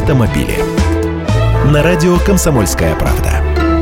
автомобили. На радио «Комсомольская правда».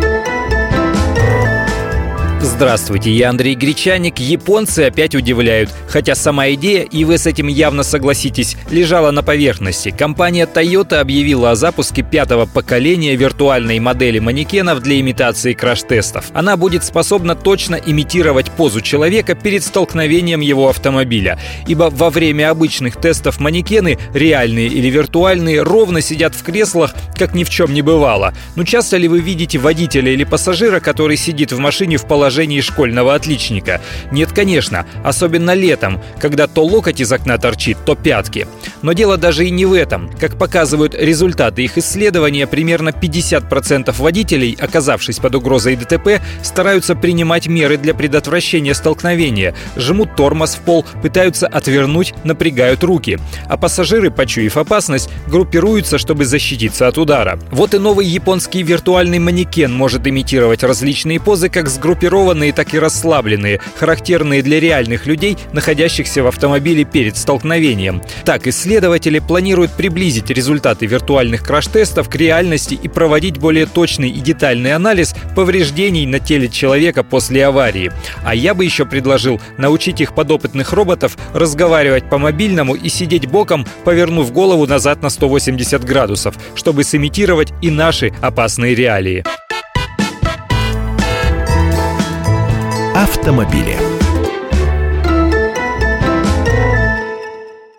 Здравствуйте, я Андрей Гречаник. Японцы опять удивляют. Хотя сама идея, и вы с этим явно согласитесь, лежала на поверхности. Компания Toyota объявила о запуске 5-го поколения виртуальной модели манекенов для имитации краш-тестов. Она будет способна точно имитировать позу человека перед столкновением его автомобиля. Ибо во время обычных тестов манекены, реальные или виртуальные, ровно сидят в креслах, как ни в чем не бывало. Но часто ли вы видите водителя или пассажира, который сидит в машине в положении школьного отличника? Нет, конечно, особенно летом, когда то локоть из окна торчит, то пятки. Но дело даже и не в этом. Как показывают результаты их исследования, примерно 50% водителей, оказавшись под угрозой ДТП, стараются принимать меры для предотвращения столкновения, жмут тормоз в пол, пытаются отвернуть, напрягают руки. А пассажиры, почуяв опасность, группируются, чтобы защититься от удара. Вот и новый японский виртуальный манекен может имитировать различные позы, как сгруппированные, так и расслабленные, характерные для реальных людей, находящихся в автомобиле перед столкновением. Так, исследователи планируют приблизить результаты виртуальных краш-тестов к реальности и проводить более точный и детальный анализ повреждений на теле человека после аварии. А я бы еще предложил научить их подопытных роботов разговаривать по мобильному и сидеть боком, повернув голову назад на 180 градусов, чтобы сымитировать и наши опасные реалии. Автомобили.